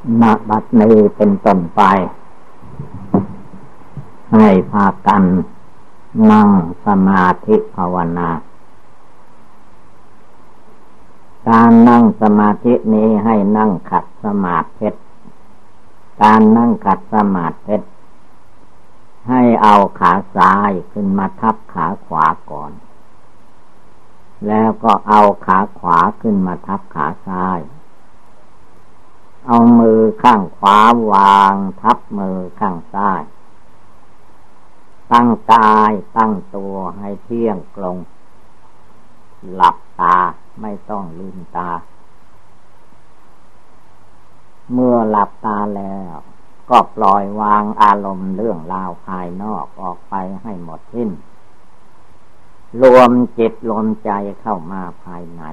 ณ บัดนี้เป็นต้นไปให้พากันนั่งสมาธิภาวนาการนั่งสมาธินี้ให้นั่งขัดสมาธิการนั่งขัดสมาธิให้เอาขาซ้ายขึ้นมาทับขาขวาก่อนแล้วก็เอาขาขวาขึ้นมาทับขาซ้ายเอามือข้างขวาวางทับมือข้างซ้ายตั้งกายตั้งตัวให้เที่ยงตรงหลับตาไม่ต้องลืมตาเมื่อหลับตาแล้วก็ปล่อยวางอารมณ์เรื่องราวภายนอกออกไปให้หมดสิ้นรวมจิตรวมใจเข้ามาภายใน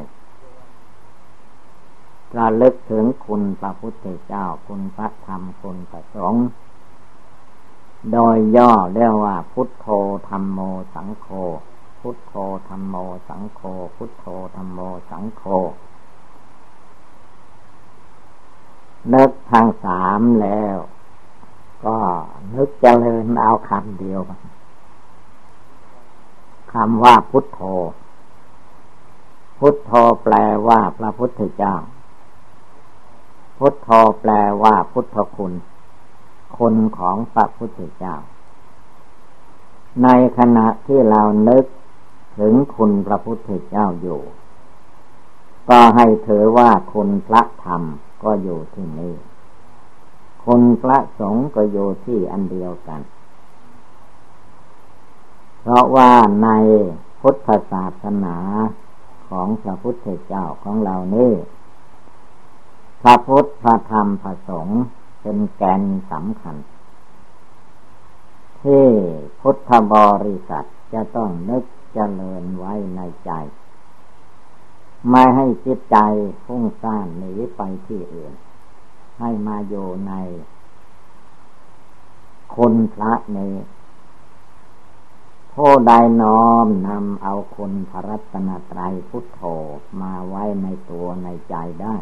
ระลึกถึงคุณพระพุทธเจ้าคุณพระธรรมคุณพระสงฆ์โดยย่อเรียกว่าพุทโธธัมโมสังโฆพุทโธธัมโมสังโฆพุทโธธัมโมสังโฆนึกทางสามแล้วก็นึกเจริญเอาคำเดียวคำว่าพุทโธพุทโธแปลว่าพระพุทธเจ้าพุทโธแปลว่าพุทธคุณคุณของพระพุทธเจ้าในขณะที่เรานึกถึงคุณพระพุทธเจ้าอยู่ก็ให้ถือว่าคุณพระธรรมก็อยู่ที่นี่คุณพระสงฆ์ก็อยู่ที่อันเดียวกันเพราะว่าในพุทธศาสนาของพระพุทธเจ้าของเรานี่พระพุทธพระธรรมพระสงฆ์เป็นแกนสำคัญที่พุทธบริษัทจะต้องนึกเจริญไว้ในใจไม่ให้จิตใจฟุ้งซ่านหนีไปที่อื่นให้มาอยู่ในคุณพระนี้ผู้ใดน้อมนำเอาคุณพระรัตนตรัยพุทโธมาไว้ในตัวในใจได้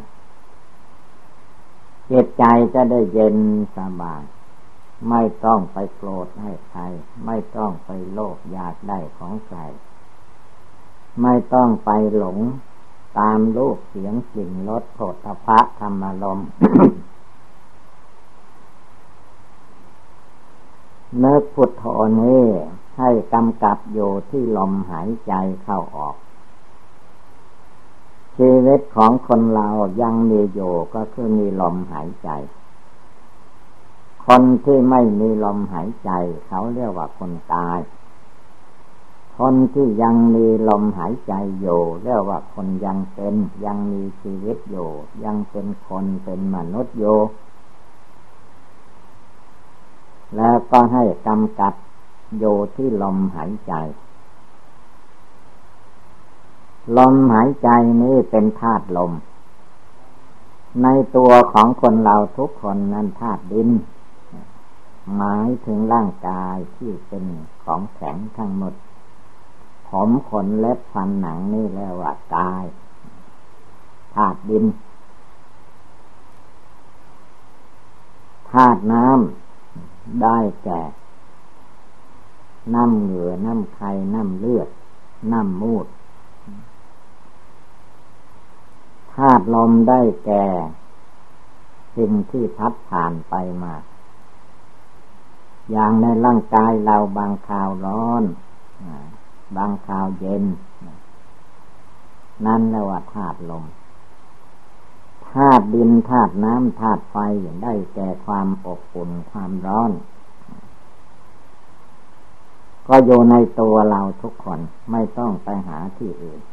จิตใจจะได้เย็นสบายไม่ต้องไปโกรธให้ใครไม่ต้องไปโลภอยากได้ของใครไม่ต้องไปหลงตามรูปเสียงกลิ่นรสโผฏฐัพพะธรรมารมณ์ นึกพุทโธนี้ให้กำกับอยู่ที่ลมหายใจเข้าออกชีวิตของคนเรายังมีอยู่ก็คือมีลมหายใจคนที่ไม่มีลมหายใจเขาเรียกว่าคนตายคนที่ยังมีลมหายใจอยู่เรียกว่าคนยังเป็นยังมีชีวิตอยู่ยังเป็นคนเป็นมนุษย์อยู่แล้วก็ให้กำกับอยู่ที่ลมหายใจลมหายใจนี้เป็นธาตุลมในตัวของคนเราทุกคนนั้นธาตุดินหมายถึงร่างกายที่เป็นของแข็งทั้งหมดผมขนเล็บฟันหนังนี่เรียกว่ากายธาตุดินธาตุน้ำได้แก่น้ำเหงื่อน้ำไขน้ำเลือดน้ำมูดธาตุลมได้แก่สิ่งที่พัดผ่านไปมาอย่างในร่างกายเราบางคราวร้อนบางคราวเย็นนั่นเรียกว่าธาตุลมธาตุดินธาตุน้ำธาตุไฟได้แก่ความอบอุ่นความร้อนก็อยู่ในตัวเราทุกคนไม่ต้องไปหาที่อื่น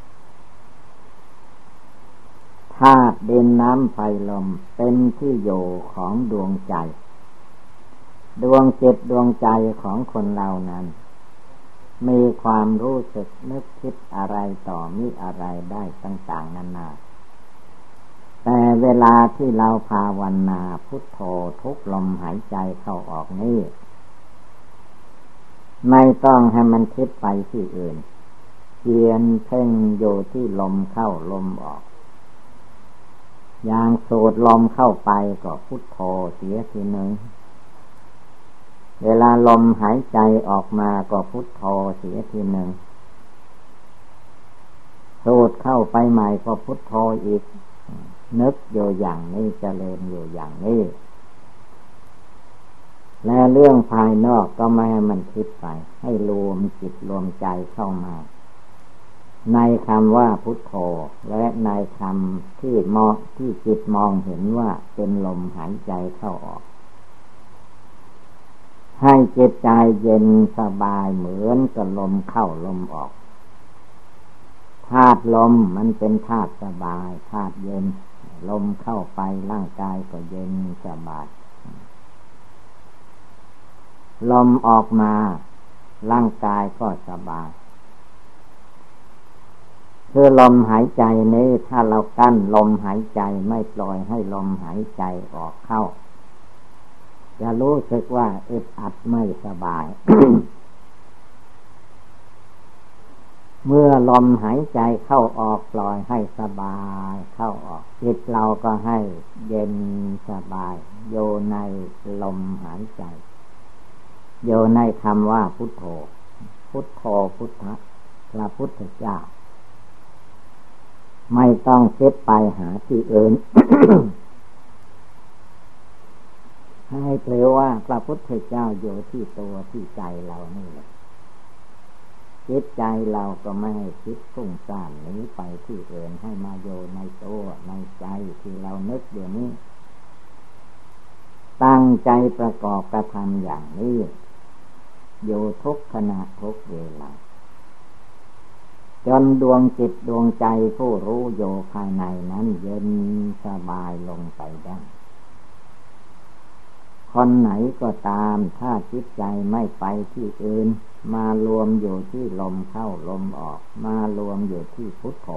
ธาตุดินน้ำไฟลมเป็นที่อยู่ของดวงใจดวงจิตดวงใจของคนเรานั้นมีความรู้สึกนึกคิดอะไรต่อมิอะไรได้ต่างๆนานาแต่เวลาที่เราภาวนาพุทโธทุกลมหายใจเข้าออกนี้ไม่ต้องให้มันคิดไปที่อื่นเพียรเพ่งอยู่ที่ลมเข้าลมออกอย่างสูดลมเข้าไปก็พุทโธเสียทีหนึ่งเวลาลมหายใจออกมาก็พุทโธเสียทีหนึ่งสูดเข้าไปใหม่ก็พุทโธอีกนึกอยู่อย่างนี้เจริญอยู่อย่างนี้และเรื่องภายนอกก็ไม่ให้มันคิดไปให้รวมจิตรวมใจเข้ามาในคำว่าพุทโธและในคำที่จิตมองเห็นว่าเป็นลมหายใจเข้าออกให้จิตใจเย็นสบายเหมือนกับลมเข้าลมออกธาตุลมมันเป็นธาตุสบายธาตุเย็นลมเข้าไปร่างกายก็เย็นสบายลมออกมาร่างกายก็สบายคือลมหายใจนี้ถ้าเรากั้นลมหายใจไม่ปล่อยให้ลมหายใจออกเข้าจะรู้สึกว่าอึดอัดไม่สบาย เมื่อลมหายใจเข้าออกปล่อยให้สบายเข้าออกจิตเราก็ให้เย็นสบายอยู่ในลมหายใจอยู่ในคำว่าพุทโธพุทโธพุทธะพระพุทธเจ้าไม่ต้องคิดไปหาที่อื่น ให้เรียกว่าพระพุทธเจ้าอยู่ที่ตัวที่ใจเรานี่แหละจิตใจเราก็ไม่ให้คิดฟุ้งซ่านหนีไปที่อื่นให้มาอยู่ในตัวในใจที่เรานึกอยู่นี้ตั้งใจประกอบกระทำอย่างนี้อยู่ทุกขณะทุกเวลาจนดวงจิตดวงใจผู้รู้อยู่ภายในนั้นเย็นสบายลงไปได้คนไหนก็ตามถ้าจิตใจไม่ไปที่อื่นมารวมอยู่ที่ลมเข้าลมออกมารวมอยู่ที่พุทโธ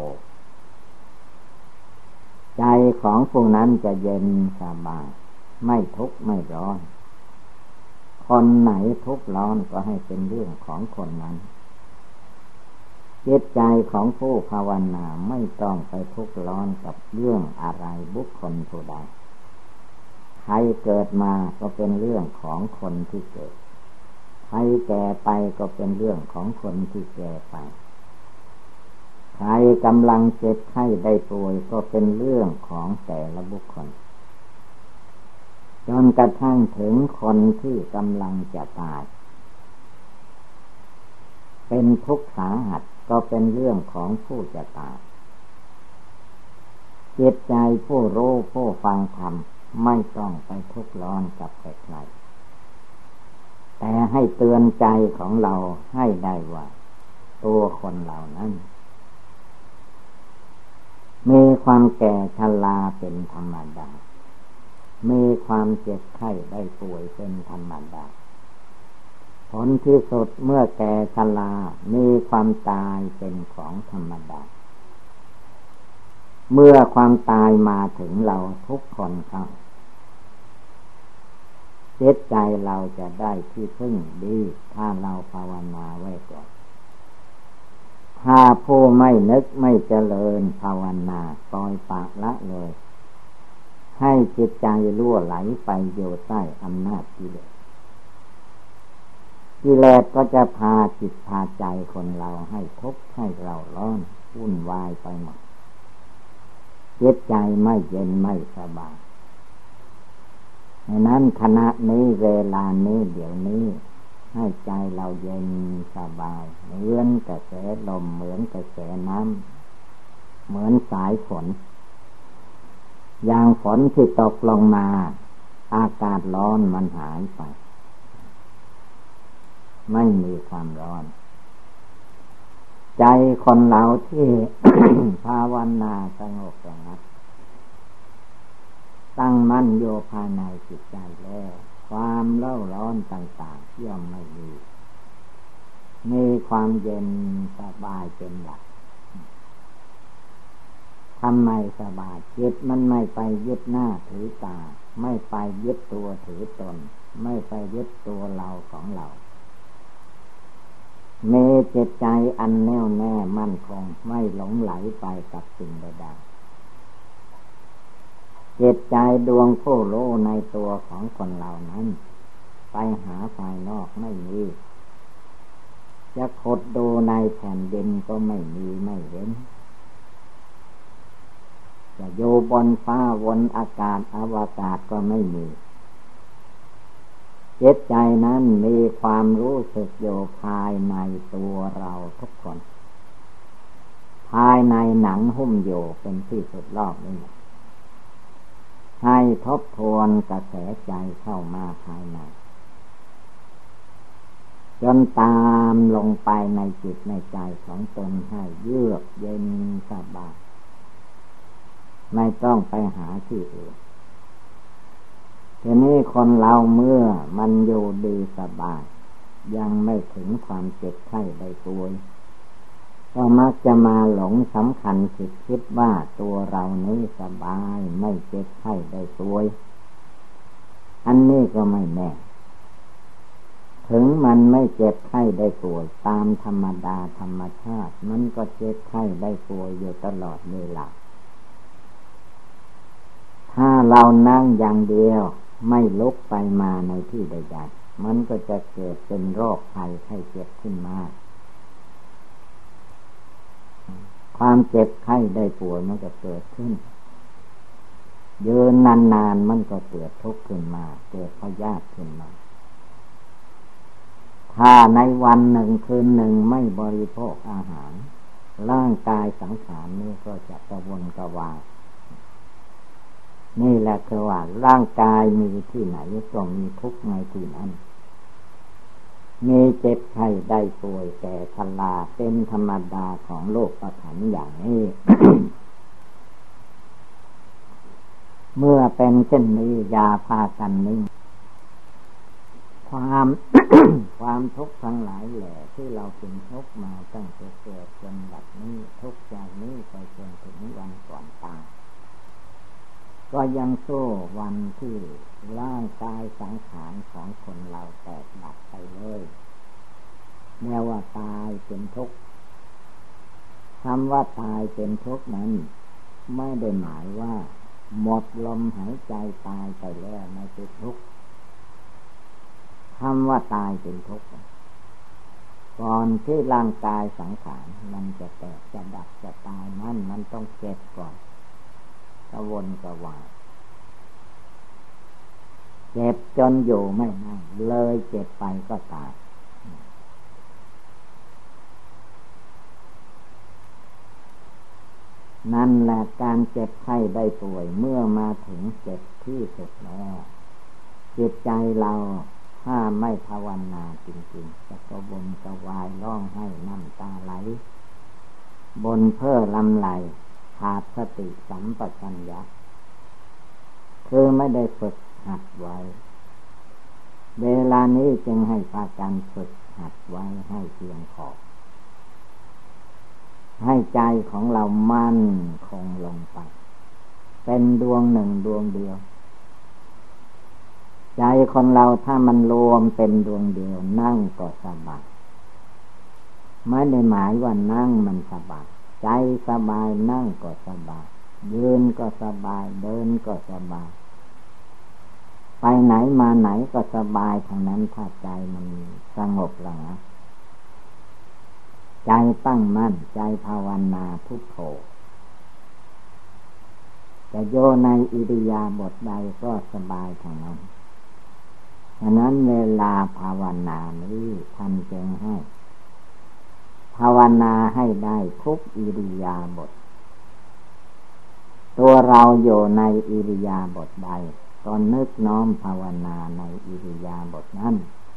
ใจของผู้นั้นจะเย็นสบายไม่ทุกข์ไม่ร้อนคนไหนทุกข์ร้อนก็ให้เป็นเรื่องของคนนั้นจิตใจของผู้ภาวนาไม่ต้องไปทุกข์ร้อนกับเรื่องอะไรบุคคลผู้ใดใครเกิดมาก็เป็นเรื่องของคนที่เกิดใครแก่ไปก็เป็นเรื่องของคนที่แก่ไปใครกำลังเจ็บไข้ได้ป่วยก็เป็นเรื่องของแต่ละบุคคลจนกระทั่งถึงคนที่กำลังจะตายเป็นทุกข์สาหัสก็เป็นเรื่องของผู้จะตายจิตใจผู้รู้ผู้ฟังธรรมไม่ต้องไปทุกข์ร้อนกับใครๆแต่ให้เตือนใจของเราให้ได้ว่าตัวคนเหล่านั้นมีความแก่ชราเป็นธรรมดามีความเจ็บไข้ได้ป่วยเป็นธรรมดาผลที่สุดเมื่อแก่ชรามีความตายเป็นของธรรมดาเมื่อความตายมาถึงเราทุกคนเข้าจิตใจเราจะได้ที่พึ่งดีถ้าเราภาวนาไว้ก่อนถ้าผู้ไม่นึกไม่เจริญภาวนาปล่อยปละละเลยให้จิตใจล่วไหลไปอยู่ใต้อำนาจกิเลสกิเลสก็จะพาจิตพาใจคนเราให้ทุกข์ให้เราร้อนวุ่นวายไปหมดจิตใจไม่เย็นไม่สบายในนั้นขณะนี้เวลานี้เดี๋ยวนี้ให้ใจเราเย็นสบายเหมือนกระแสลมเหมือนกระแสน้ำเหมือนสายฝนอย่างฝนที่ตกลงมาอากาศร้อนมันหายไปไม่มีความร้อนใจคนเราที่ ภาวนาสงบระงับตั้งมั่นโยภายในจิตใจแล้วความเล่าร้อนต่างๆย่อมไม่มีความเย็นสบายเป็นหลักทำไมสบายจิตมันไม่ไปยึดหน้าถือตาไม่ไปยึดตัวถือตนไม่ไปยึดตัวเราของเรามีจิตใจอันแน่วแน่มั่นคงไม่หลงไหลไปกับสิ่งใดจิตใจดวงผู้รู้ในตัวของคนเรานั้นไปหาภายนอกไม่มีจะขุดดูในแผ่นดินก็ไม่มีไม่เห็นจะอยู่บนฟ้าบนอากาศอวกาศก็ไม่มีจิตใจนั้นมีความรู้สึกอยู่ภายในตัวเราทุกคนภายในหนังหุ้มอยู่เป็นที่สุดรอบนี้ให้ทบทวนกระแสใจเข้ามาภายในจนตามลงไปในจิตในใจของตนให้เยือกเย็นสบายไม่ต้องไปหาที่อื่นทีนี้คนเราเมื่อมันอยู่ดีสบายยังไม่ถึงความเจ็บไข้ได้ป่วยก็มักจะมาหลงสำคัญผิดคิดว่าตัวเรานี้สบายไม่เจ็บไข้ได้ป่วยอันนี้ก็ไม่แน่ถึงมันไม่เจ็บไข้ได้ป่วยตามธรรมดาธรรมชาติมันก็เจ็บไข้ได้ป่วยอยู่ตลอดเวลาถ้าเรานั่งอย่างเดียวไม่ลุกไปมาในที่ใดๆมันก็จะเกิดเป็นโรคภัยไข้เจ็บขึ้นมาความเจ็บไข้ได้ป่วยมันก็เกิดขึ้นยืนนานๆมันก็เกิดทุกข์ขึ้นมาเกิดพยาธิขึ้นมาถ้าในวันหนึ่งคืนหนึ่งไม่บริโภคอาหารร่างกายสังขารนี้ก็จะกระวนกระวายนี่แหละคือว่าร่างกายมีที่ไหนก็มีทุกข์ในที่นั้นมีเจ็บไข้ได้ป่วยแต่ชราเป็นธรรมดาของโลกประขันอย่างนี้ เมื่อเป็นเช่นนี้อย่าพากันนิ่งความ ความทุกข์ทั้งหลายแหละที่เราเป็นทุกข์มาตั้งแต่เกิดจนบัดนี้ทุกข์จากนี้ไปจนถึงวันก่อนตายก็ยังสู้วันที่ร่างกายสังขารของคนเราแตกดับไปเลยแม้ว่าตายเป็นทุกข์คำว่าตายเป็นทุกข์นั้นไม่ได้หมายว่าหมดลมหายใจตายไปแล้วไม่เป็นทุกข์คำว่าตายเป็นทุกข์ก่อนที่ร่างกายสังขารมันจะแตกจะดับจะตายนั้นมันต้องเจ็บก่อนกระวนกระวายเจ็บจนอยู่ไม่ได้เลยเจ็บไปก็ตายนั่นแหละการเจ็บไข้ได้ป่วยเมื่อมาถึงเจ็บที่สุดแล้วจิตใจเราถ้าไม่ภาวนาจริงๆจะกระวนกระวายร้องไห้น้ำตาไหลบนเพ้อลำไหลขาดสติสัมปชัญญะคือไม่ได้ฝึกหัดไว้เวลานี้จึงให้พากันฝึกหัดไว้ให้เพียงพอให้ใจของเรามั่นคงลงไปเป็นดวงหนึ่งดวงเดียวใจคนเราถ้ามันรวมเป็นดวงเดียวนั่งก็สบายไม่ได้หมายว่านั่งมันสบายใจสบายนั่งก็สบายยืนก็สบายเดินก็สบายไปไหนมาไหนก็สบายทั้งนั้นถ้าใจมันสงบแล้วนะใจตั้งมั่นใจภาวนาพุทโธจะโยในอิริยาบถใดก็สบายทั้งนั้นฉะนั้นเวลาภาวนานี้ท่านจึงให้ภาวนาให้ได้ทุกอิริยาบถตัวเราอยู่ในอิริยาบถใดก็นึกน้อมภาวนาในอิริยาบถนั้น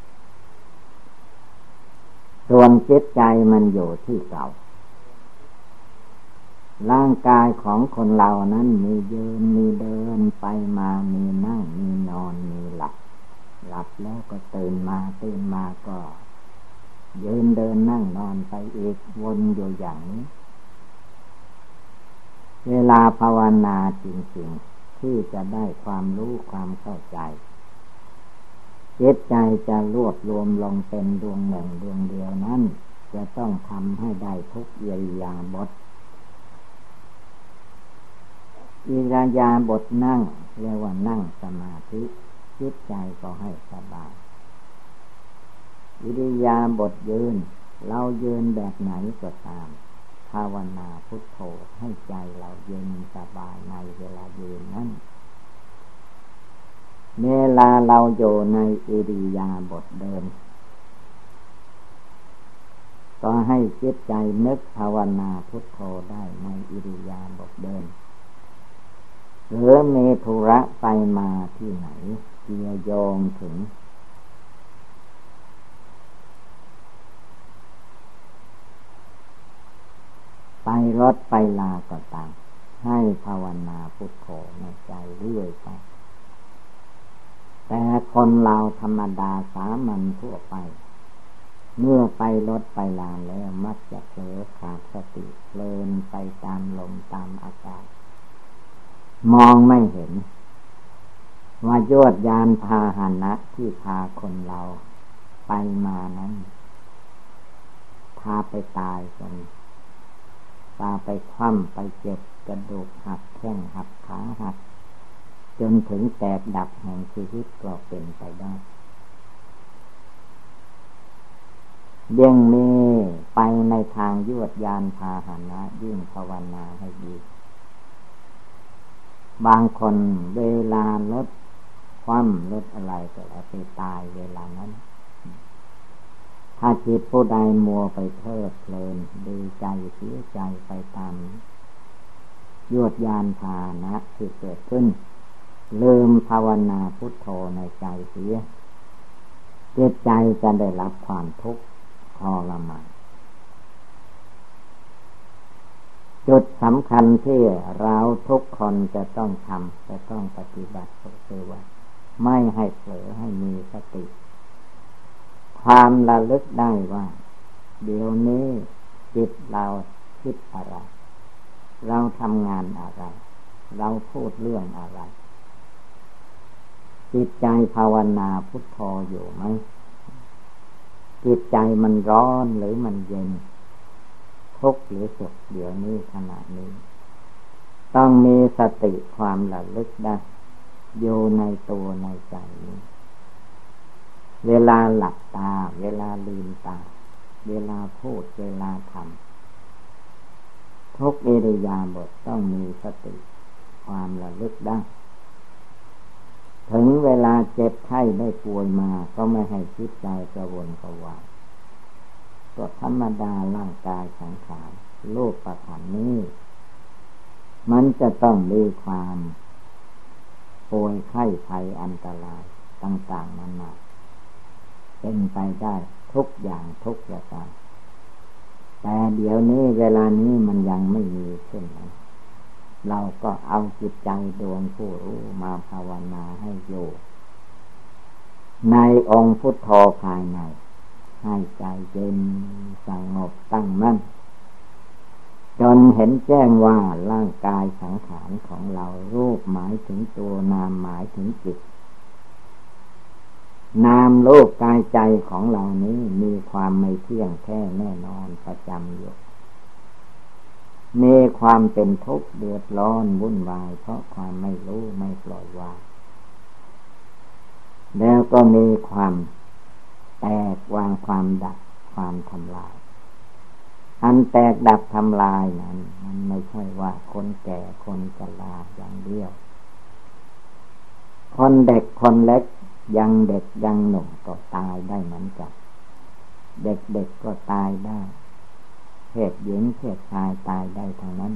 ส่วนจิตใจมันอยู่ที่เก่าร่างกายของคนเรานั้นมียืนมีเดินไปมามีนั่งมีนอนมีหลับแล้วก็ตื่นมาก็ยืนเดินนั่งนอนไปอีกวนอยู่อย่างนี้เวลาภาวนาจริงๆที่จะได้ความรู้ความเข้าใจจิตใจจะรวบรวมลงเป็นดวงหนึ่งดวงเดียวนั้นจะต้องทำให้ได้ทุกอิริยาบถอิริยาบถนั่งเรียกว่านั่งสมาธิจิตใจก็ให้สบายอิริยาบถยืนเรายืนแบบไหนก็ตามภาวนาพุทโธให้ใจเราเย็นสบายในเวลายืนนั้นเวลาเราอยู่ในอิริยาบถเดินก็ให้จิตใจนึกภาวนาพุทโธได้ในอิริยาบถเดินหรือมีธุระไปมาที่ไหนเกี่ยวโยงถึงไปรถไปลาก็ตามให้ภาวนาพุทโธในใจเรื่อยไปแต่คนเราธรรมดาสามัญทั่วไปเมื่อไปรถไปลาแล้วมักจะเผลอขาดสติเพลินไปตามลมตามอากาศมองไม่เห็นว่ายวดยานพาหนะที่พาคนเราไปมานั้นพาไปตายกันพาไปคว่ำไปเจ็บกระดูกหักแข้งหักขาหักจนถึงแตกดับแห่งชีวิตก็เป็นไปได้ยิ่งมีไปในทางยวดยานพาหนะยิ่งภาวนาให้ดีบางคนเวลารถคว่ำรถอะไรก็แล้วไปตายเวลานั้นถ้าจิตผู้ใดมัวไปเพลิดเพลินดีใจเสียใจไปตามยวดยานพาหนะที่เกิดขึ้นลืมภาวนาพุทโธในใจเสียจิตใจจะได้รับความทุกข์ทรมานจุดสำคัญที่เราทุกคนจะต้องทำจะต้องปฏิบัติก็คือว่าไม่ให้เผลอให้มีสติความระลึกได้ว่าเดี๋ยวนี้จิตเราคิดอะไรเราทำงานอะไรเราพูดเรื่องอะไรจิตใจภาวนาพุทโธอยู่ไหมจิตใจมันร้อนหรือมันเย็นทุกข์หรือสุขเดี๋ยวนี้ขณะนี้ต้องมีสติความระลึกได้อยู่ในตัวในใจนี้เวลาหลับตาเวลาลืมตาเวลาพูดเวลาทำทุกอิริยาบถต้องมีสติความระลึกได้ถึงเวลาเจ็บไข้ได้ป่วยมาก็ไม่ให้คิดใจกระวนกระวายก็ธรรมดาร่างกายสังขารโลกประขันนี้มันจะต้องมีความป่วยไข้ภัยอันตรายต่างๆนานาเป็นไปได้ทุกอย่างทุกประการแต่เดี๋ยวนี้เวลานี้มันยังไม่มีเช่นนั้นเราก็เอาจิตใจดวงผู้รู้มาภาวนาให้อยู่ในองค์พุทโธภายในให้ใจเย็นสงบตั้งมั่นจนเห็นแจ้งว่าร่างกายสังขารของเรารูปหมายถึงตัวนามหมายถึงจิตนามโลกกายใจของเรานี้มีความไม่เที่ยงแท้แน่นอนประจำอยู่มีความเป็นทุกข์เดือดร้อนวุ่นวายเพราะความไม่รู้ไม่ปล่อยวางแล้วก็มีความแตกวางความดับความทำลายอันแตกดับทำลายนั้นมันไม่ใช่ว่าคนแก่คนชราอย่างเดียวคนเด็กคนเล็กยังเด็กยังหนุ่มก็ตายได้เหมือนกันเด็กๆก็ตายได้เพศหญิงเพศชายตายได้ทั้งนั้น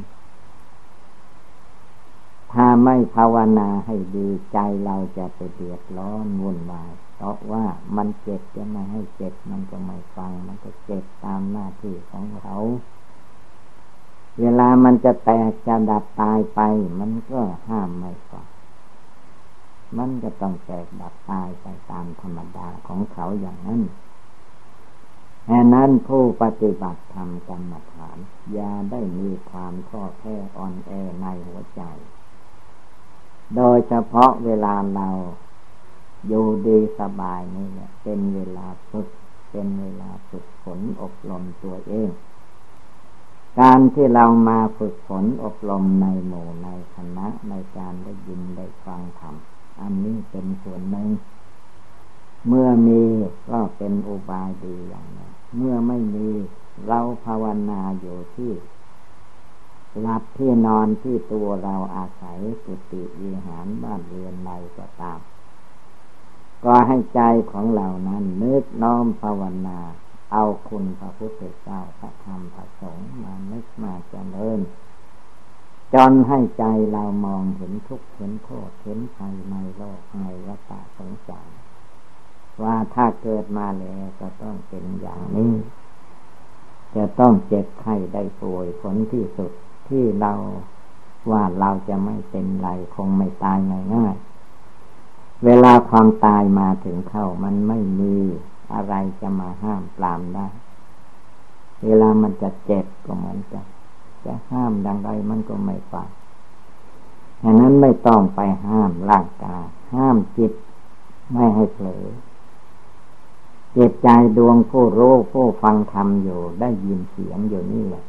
ถ้าไม่ภาวนาให้ดีใจเราจะไปเดือดร้อนวุ่นวายเพราะว่ามันเจ็บจะไม่ให้เจ็บมันก็ไม่ฟังมันก็เจ็บตามหน้าที่ของเขาเวลามันจะแตกจะดับตายไปมันก็ห้ามไม่ฟังมันก็ต้องแตกดับตายไปตามธรรมดาของเขาอย่างนั้นแค่นั้นผู้ปฏิบัติธรรมกรรมฐานอย่าได้มีความท้อแท้อ่อนแอในหัวใจโดยเฉพาะเวลาเราอยู่ดีสบายนี่แหละเป็นเวลาฝึกเป็นเวลาฝึกฝนอบรมตัวเองการที่เรามาฝึกฝนอบรมในหมู่ในคณะในการได้ยินได้ฟังธรรมอันนี้เป็นส่วนหนึ่งเมื่อมีก็เป็นอุบายดีอย่างหนึ่งเมื่อไม่มีเราภาวนาอยู่ที่หลับที่นอนที่ตัวเราอาศัยกุฏิวิหารบ้านเรือนใดก็ตามก็ให้ใจของเรานั้นนึกน้อมภาวนาเอาคุณพระพุทธเจ้าพระธรรมพระสงฆ์มานึกมาเจริญจนให้ใจเรามองเห็นทุกข์เห็นโทษเห็นภัยในโลกในวัฏสงสารว่าถ้าเกิดมาแล้วก็ต้องเป็นอย่างนี้จะต้องเจ็บไข้ได้ป่วยผลที่สุดที่เราว่าเราจะไม่เป็นไรคงไม่ตายง่ายๆเวลาความตายมาถึงเข้ามันไม่มีอะไรจะมาห้ามปรามได้เวลามันจะเจ็บก็เหมือนกันจะห้ามดังใดมันก็ไม่ฟังฉะนั้นไม่ต้องไปห้ามร่างกายห้ามจิตไม่ให้เผลอจิตใจดวงผู้รู้ผู้ฟังธรรมอยู่ได้ยินเสียงอยู่นี่แหละ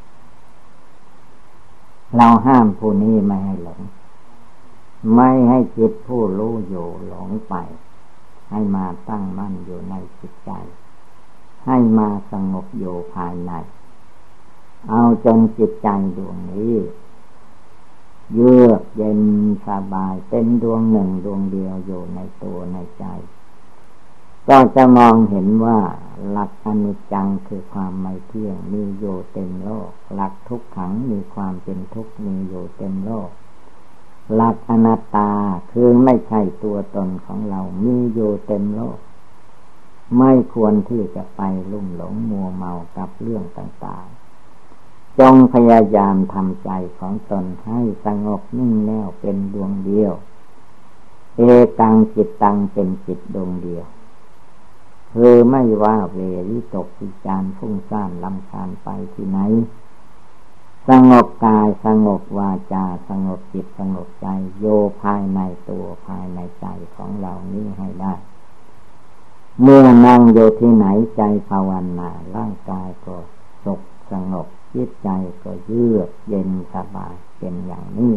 เราห้ามผู้นี้ไม่ให้หลงไม่ให้จิตผู้รู้อยู่หลงไปให้มาตั้งมั่นอยู่ในจิตใจให้มาสงบอยู่ภายในเอาจนจิตใจดวงนี้เยือกเย็นสบายเป็นดวงหนึ่งดวงเดียวอยู่ในตัวในใจก็จะมองเห็นว่าหลักอนิจจังคือความไม่เที่ยงมีอยู่เต็มโลกหลักทุกขังมีความเป็นทุกข์มีอยู่เต็มโลกหลักอนัตตาคือไม่ใช่ตัวตนของเรามีอยู่เต็มโลกไม่ควรที่จะไปลุ่มหลงมัวเมากับเรื่องต่างๆจงพยายามทำใจของตนให้สงบนิ่งแน่วเป็นดวงเดียวเอกังจิตตังเป็นจิตดวงเดียวคือไม่ว่าเวริตกวิจารฟุ้งซ่านรำคาญไปที่ไหนสงบกายสงบวาจาสงบจิตสงบใจโยภายในตัวภายในใจของเรานี้ให้ได้เมื่อนั่งอยู่ที่ไหนใจภาวนาร่างกายก็สุขสงบจิตใจก็เยือกเย็นสบายเป็นอย่างนี้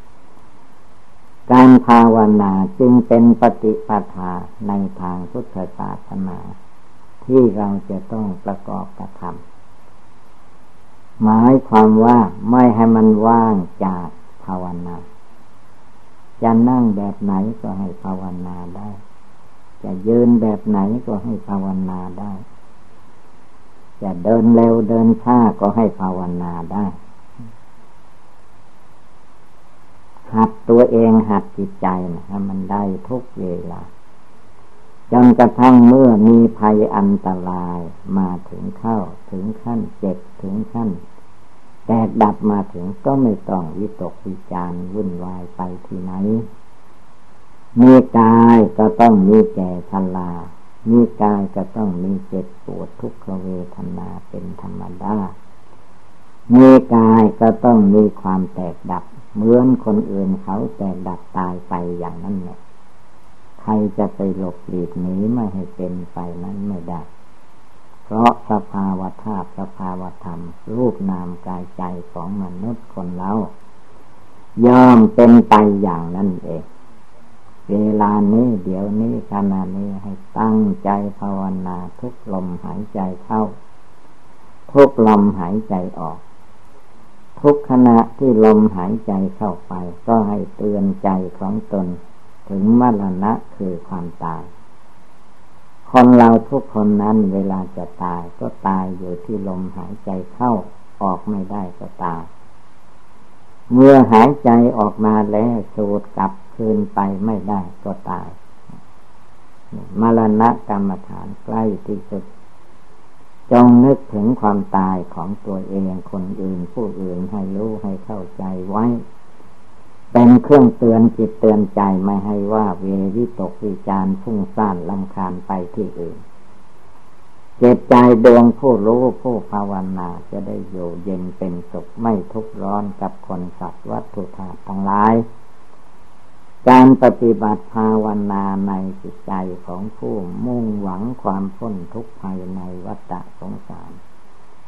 การภาวนาจึงเป็นปฏิปทาในทางพุทธศาสนาที่เราจะต้องประกอบกระทำหมายความว่าไม่ให้มันว่างจากภาวนาจะนั่งแบบไหนก็ให้ภาวนาได้จะยืนแบบไหนก็ให้ภาวนาได้จะเดินเร็วเดินช้าก็ให้ภาวนาได้หัดตัวเองหัดจิตใจให้มันได้ทุกเวลาจนกระทั่งเมื่อมีภัยอันตรายมาถึงเข้าถึงขั้นเจ็บถึงขั้นแตกดับมาถึงก็ไม่ต้องวิตกวิจารวุ่นวายไปที่ไหนมีกายก็ต้องมีแก่ชรามีกายก็ต้องมีเจ็บปวดทุกขเวทนาเป็นธรรมดามีกายก็ต้องมีความแตกดับเหมือนคนอื่นเขาแตกดับตายไปอย่างนั้นแหละใครจะไปหลบหลีกหนีไม่ให้เป็นไปนั้นไม่ได้เพราะสภาวะธาตุสภาวะธรรมรูปนามกายใจของมนุษย์คนเราย่อมเป็นไปอย่างนั้นเองเวลานี้เดี๋ยวนี้ขณะนี้ให้ตั้งใจภาวนาทุกลมหายใจเข้าทุกลมหายใจออกทุกขณะที่ลมหายใจเข้าไปก็ให้เตือนใจของตนถึงมรณะคือความตายคนเราทุกคนนั้นเวลาจะตายก็ตายอยู่ที่ลมหายใจเข้าออกไม่ได้ก็ตายเมื่อหายใจออกมาแล้วสูดกลับคืนไปไม่ได้ก็ตายมรณะกรรมฐานใกล้ที่สุดจงนึกถึงความตายของตัวเองคนอื่นผู้อื่นให้รู้ให้เข้าใจไว้เป็นเครื่องเตือนจิตเตือนใจไม่ให้ว่าเวริตกวิจารฟุ้งซ่านรำคาญไปที่อื่นจิตใจดวงผู้รู้ผู้ภาวนาจะได้อยู่เย็นเป็นสุขไม่ทุกข์ร้อนกับคนสัตว์วัตถุธาตุทั้งหลายการปฏิบัติภาวนาในจิตใจของผู้มุ่งหวังความพ้นทุกข์ภายในวัฏสงสาร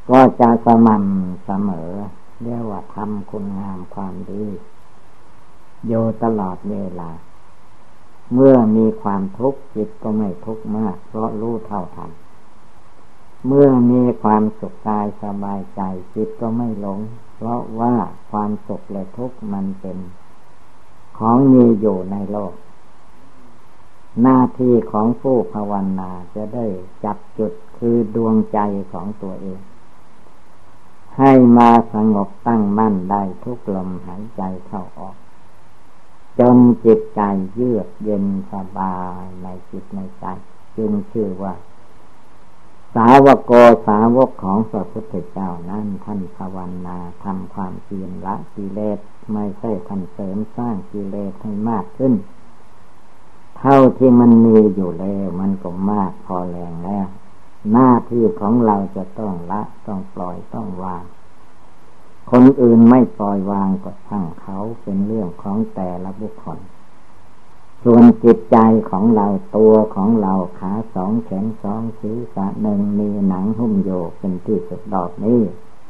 ก็จะสม่ำเสมอเรียกว่าทำคุณงามความดีอยู่ตลอดเวลาเมื่อมีความทุกข์จิตก็ไม่ทุกข์มากเพราะรู้เท่าทันเมื่อมีความสุขกายสบายใจจิตก็ไม่หลงเพราะว่าความสุขและทุกข์มันเป็นของมีอยู่ในโลกหน้าที่ของผู้ภาวนาจะได้จับจุดคือดวงใจของตัวเองให้มาสงบตั้งมั่นได้ทุกลมหายใจเข้าออกจนจิตใจเยือกเย็นสบายในจิตในใจจึงชื่อว่าสาวกสาวกของพระพุทธเจ้านั้นท่านภาวนาทำความเพียรละกิเลสไม่ใช่ท่านเสริมสร้างกิเลสให้มากขึ้นเท่าที่มันมีอยู่แล้วมันก็มากพอแรงแล้วหน้าที่ของเราจะต้องละต้องปล่อยต้องวางคนอื่นไม่ปล่อยวางก็ช่างเขาเป็นเรื่องของแต่ละบุคคลส่วนจิตใจของเราตัวของเราขาสองแขนสองศีรษะหนึ่งมีหนังหุ้มโยเป็นที่สุดดอกนี้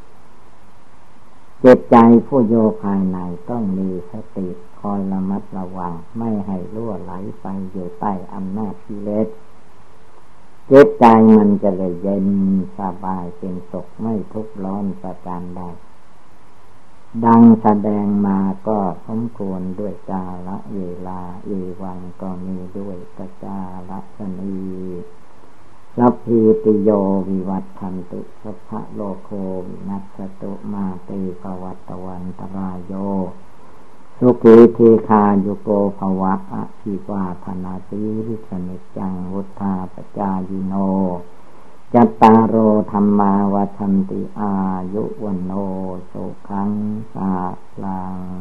จิตใจผู้โยภายในต้องมีสติคอยระมัดระวังไม่ให้ล่วไหลไปอยู่ใต้อำนาจกิเลสจิตใจมันจะเลยเย็นสบายเป็นสุขไม่ทุกข์ร้อนประการใดดังแสดงมาก็สมควรด้วยกาลเวลาเอวังก็มีด้วยกาลชนีสัพพิติโยวิวัตชันตุสัพพะโลกโควินัสสตุมาเตภวัตวันตรายโยสุขีทีคายุโกภวะอภิวาทนาสีริสนิจังวุธาปจายิโนจัตตารโอธรรมาวทันติอายุวันโนสุขังสาลัง